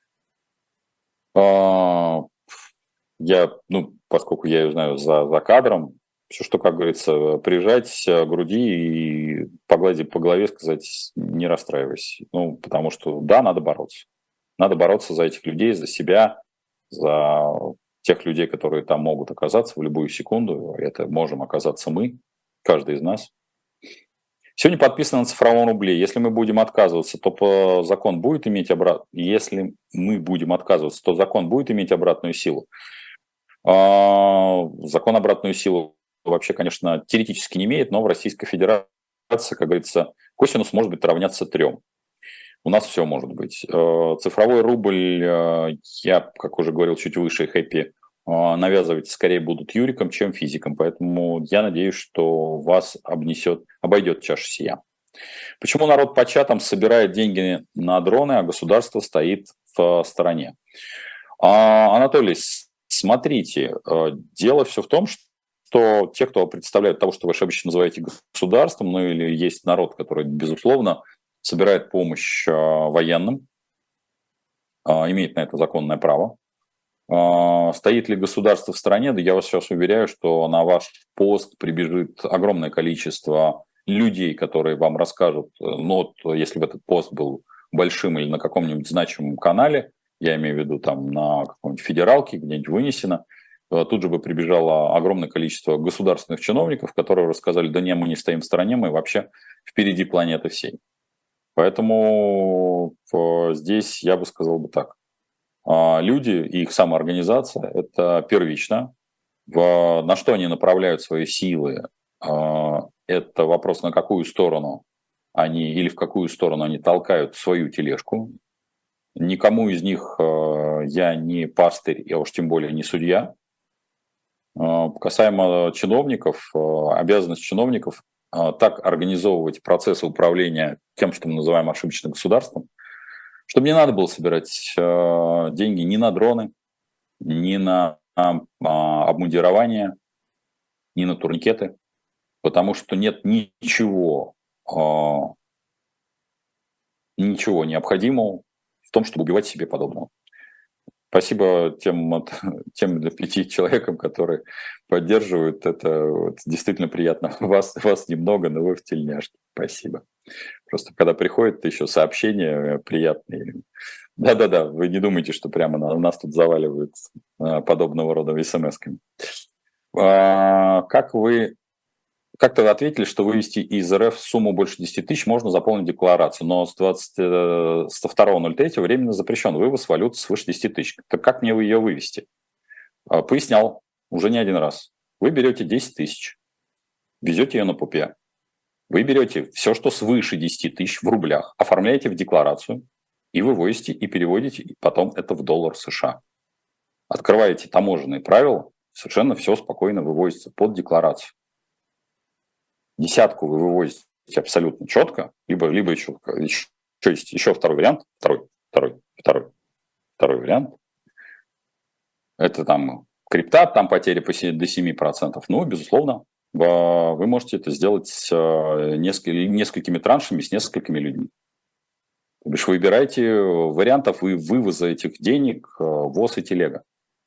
Я, ну, поскольку я ее знаю за, за кадром, все, что, как говорится, прижать к груди и погладить по голове, сказать, не расстраивайся. Ну, потому что, да, надо бороться. Надо бороться за этих людей, за себя, за тех людей, которые там могут оказаться в любую секунду. Это можем оказаться мы, каждый из нас. Сегодня подписано на цифровом рубле. Если мы будем отказываться, то закон будет иметь обрат... Если мы будем отказываться, то закон будет иметь обратную силу. Закон обратную силу вообще, конечно, теоретически не имеет, но в Российской Федерации, как говорится, косинус может быть равняться трем. У нас все может быть. Цифровой рубль, я, как уже говорил, чуть выше хэппи, навязывать скорее будут юрикам, чем физикам. Поэтому я надеюсь, что вас обнесет, обойдет чаша сия. Почему народ по чатам собирает деньги на дроны, а государство стоит в стороне? А, Анатолий, смотрите, дело все в том, что те, кто представляют того, что вы обычно называете государством, ну или есть народ, который, безусловно, собирает помощь военным, имеет на это законное право. Стоит ли государство в стороне? Да я вас сейчас уверяю, что на ваш пост прибежит огромное количество людей, которые вам расскажут, ну вот если бы этот пост был большим или на каком-нибудь значимом канале, я имею в виду там на какой-нибудь федералке, где-нибудь вынесено, тут же бы прибежало огромное количество государственных чиновников, которые рассказали, да не, мы не стоим в стороне, мы вообще впереди планеты всей. Поэтому здесь я бы сказал бы так. Люди и их самоорганизация – это первично. В, на что они направляют свои силы – это вопрос, на какую сторону они или в какую сторону они толкают свою тележку. Никому из них я не пастырь, я уж тем более не судья. Касаемо чиновников, обязанность чиновников так организовывать процессы управления тем, что мы называем ошибочным государством, чтобы не надо было собирать э, деньги ни на дроны, ни на э, обмундирование, ни на турникеты, потому что нет ничего, э, ничего необходимого в том, чтобы убивать себе подобного. Спасибо тем, тем пяти человекам, которые поддерживают. Это, это действительно приятно. Вас, вас немного, но вы в тельняшке. Спасибо. Просто когда приходят еще сообщения приятные. Да-да-да, вы не думайте, что прямо на нас тут заваливают подобного рода смс-ками. Как вы... Как-то вы ответили, что вывести из РФ сумму больше десяти тысяч можно заполнить декларацию, но с двадцать второго ноль третьего временно запрещен вывоз валют свыше десяти тысяч. Так как мне вы ее вывести? Пояснял уже не один раз. Вы берете десять тысяч, везете ее на пупе. Вы берете все, что свыше десяти тысяч в рублях, оформляете в декларацию и вывозите, и переводите потом это в доллар США. Открываете таможенные правила, совершенно все спокойно вывозится под декларацию. Десятку вы вывозите абсолютно четко, либо, либо еще, еще, еще есть еще второй вариант, второй, второй, второй, второй вариант. Это там крипта, там потери до семи процентов. Ну, безусловно, вы можете это сделать с несколькими траншами, с несколькими людьми. То бишь вы выбираете вариантов вывоза этих денег, ВОЗ и телега.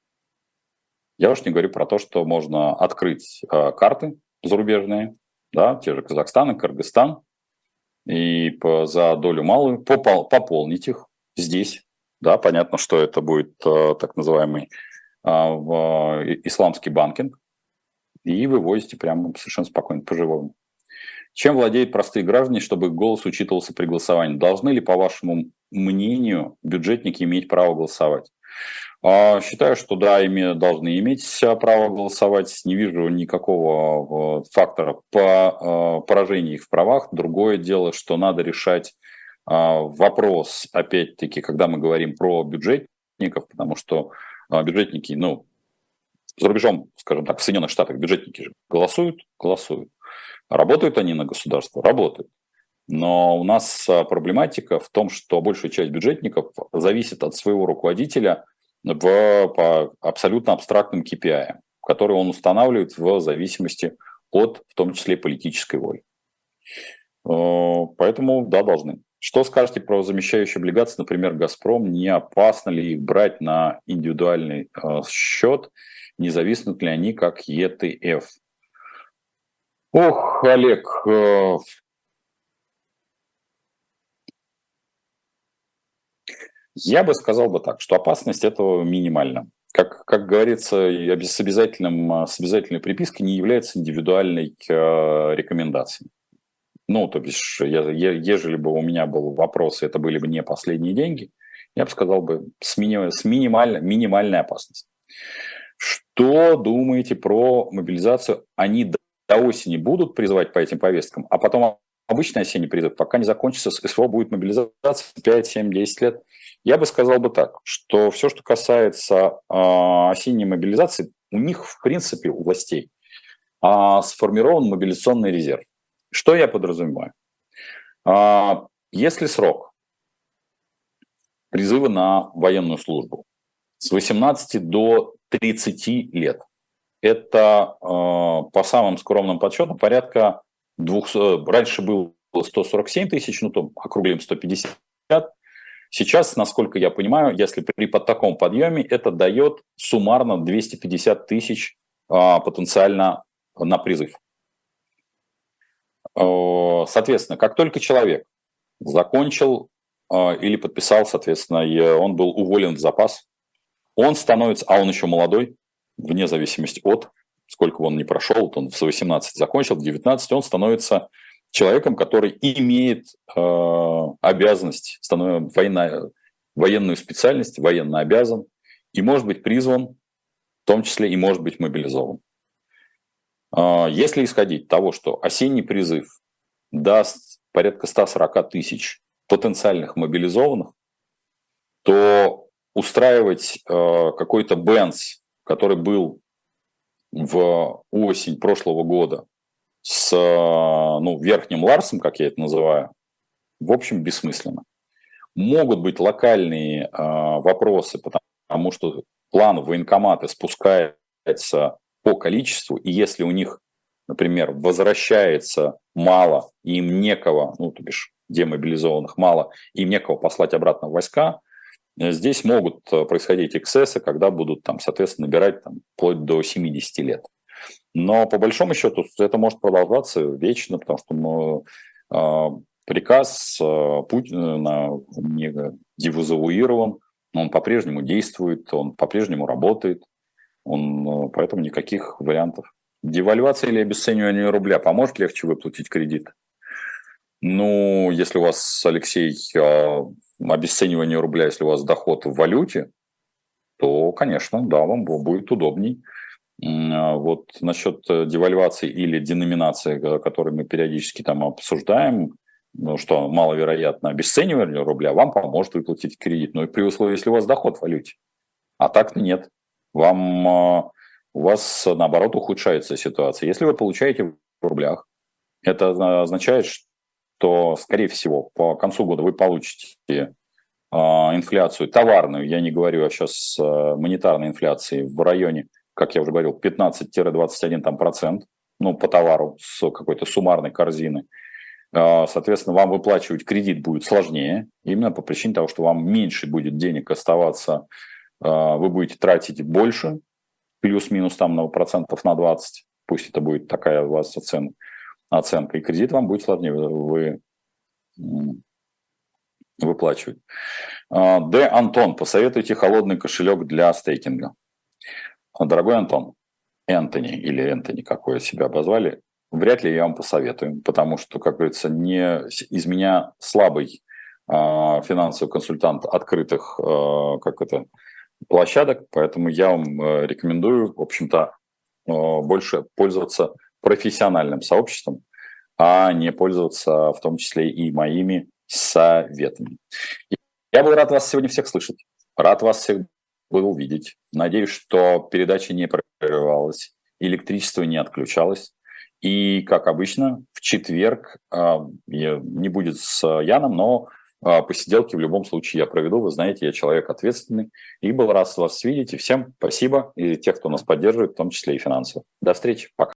Я уж не говорю про то, что можно открыть карты зарубежные, да, те же Казахстан и Кыргызстан, и по, за долю малую попол, пополнить их здесь. Да, понятно, что это будет а, так называемый а, в, исламский банкинг, и вывозите прямо совершенно спокойно, по-живому. Чем владеют простые граждане, чтобы их голос учитывался при голосовании? Должны ли, по вашему мнению, бюджетники иметь право голосовать? Считаю, что да, ими должны иметь право голосовать. Не вижу никакого фактора по поражению их в правах. Другое дело, что надо решать вопрос, опять-таки, когда мы говорим про бюджетников, потому что бюджетники, ну, за рубежом, скажем так, в Соединенных Штатах бюджетники же голосуют, голосуют. Работают они на государство? Работают. Но у нас проблематика в том, что большая часть бюджетников зависит от своего руководителя в, по абсолютно абстрактным кей пи ай, которые он устанавливает в зависимости от, в том числе, политической воли. Поэтому, да, должны. Что скажете про замещающие облигации, например, «Газпром»? Не опасно ли их брать на индивидуальный счет? Не зависнут ли они как и ти эф? Ох, Олег, я бы сказал бы так, что опасность этого минимальна. Как, как говорится, с, обязательным, с обязательной припиской не является индивидуальной э, рекомендацией. Ну, то бишь, я, я, ежели бы у меня был вопрос, и это были бы не последние деньги, я бы сказал бы с, мини, с минимальной, минимальной опасностью. Что думаете про мобилизацию? Они до осени будут призывать по этим повесткам, а потом обычный осенний призыв, пока не закончится СВО, будет мобилизация пять, семь, десять лет. Я бы сказал бы так, что все, что касается э, осенней мобилизации, у них, в принципе, у властей э, сформирован мобилизационный резерв. Что я подразумеваю? Э, если срок призыва на военную службу с восемнадцати до тридцати лет, это э, по самым скромным подсчетам порядка двухсот, раньше было сто сорок семь тысяч, ну то округлим сто пятьдесят. Сейчас, насколько я понимаю, если при под таком подъеме, это дает суммарно двести пятьдесят тысяч э, потенциально на призыв. Э, соответственно, как только человек закончил э, или подписал, соответственно, он был уволен в запас, он становится, а он еще молодой, вне зависимости от, сколько он не прошел, он в восемнадцать закончил, в девятнадцать он становится человеком, который имеет э, обязанность, становится военно, военную специальность, военно обязан, и может быть призван, в том числе и может быть мобилизован. Э, если исходить того, что осенний призыв даст порядка ста сорока тысяч потенциальных мобилизованных, то устраивать э, какой-то бенз, который был в осень прошлого года с ну, верхним Ларсом, как я это называю, в общем, бессмысленно. Могут быть локальные э, вопросы, потому что план военкомата спускается по количеству, и если у них, например, возвращается мало, и им некого, ну, то бишь демобилизованных мало, и им некого послать обратно в войска, здесь могут происходить эксцессы, когда будут, там, соответственно, набирать там, вплоть до семидесяти лет. Но по большому счету это может продолжаться вечно, потому что мы, э, приказ э, Путина не девузуирован, он по-прежнему действует, он по-прежнему работает, он, поэтому никаких вариантов. Девальвация или обесценивание рубля поможет легче выплатить кредит? Ну, если у вас, Алексей, обесценивание рубля, если у вас доход в валюте, то, конечно, да, вам будет удобней. Вот насчет девальвации или деноминации, которую мы периодически там обсуждаем, ну, что маловероятно обесценивание рубля, вам поможет выплатить кредит. Но и при условии, если у вас доход в валюте. А так-то нет. Вам, у вас, наоборот, ухудшается ситуация. Если вы получаете в рублях, это означает, что, скорее всего, по концу года вы получите э, инфляцию товарную, я не говорю а сейчас э, монетарной инфляции, в районе, как я уже говорил, пятнадцать-двадцать один там, процент, ну, по товару с какой-то суммарной корзины. Э, соответственно, вам выплачивать кредит будет сложнее, именно по причине того, что вам меньше будет денег оставаться, э, вы будете тратить больше, плюс-минус там на процентов на двадцать, пусть это будет такая у вас оценка. оценка, и кредит вам будет сложнее вы, выплачивать. Д. Антон, посоветуйте холодный кошелек для стейкинга. Дорогой Антон, Энтони или Энтони, как вы себя обозвали, вряд ли я вам посоветую, потому что, как говорится, не, из меня слабый а, финансовый консультант открытых а, как это, площадок, поэтому я вам рекомендую, в общем-то, больше пользоваться профессиональным сообществом, а не пользоваться в том числе и моими советами. Я был рад вас сегодня всех слышать, рад вас всех был увидеть. Надеюсь, что передача не прерывалась, электричество не отключалось. И, как обычно, в четверг э, не будет с Яном, но э, посиделки в любом случае я проведу. Вы знаете, я человек ответственный и был рад вас видеть. И всем спасибо, и тех, кто нас поддерживает, в том числе и финансово. До встречи, пока.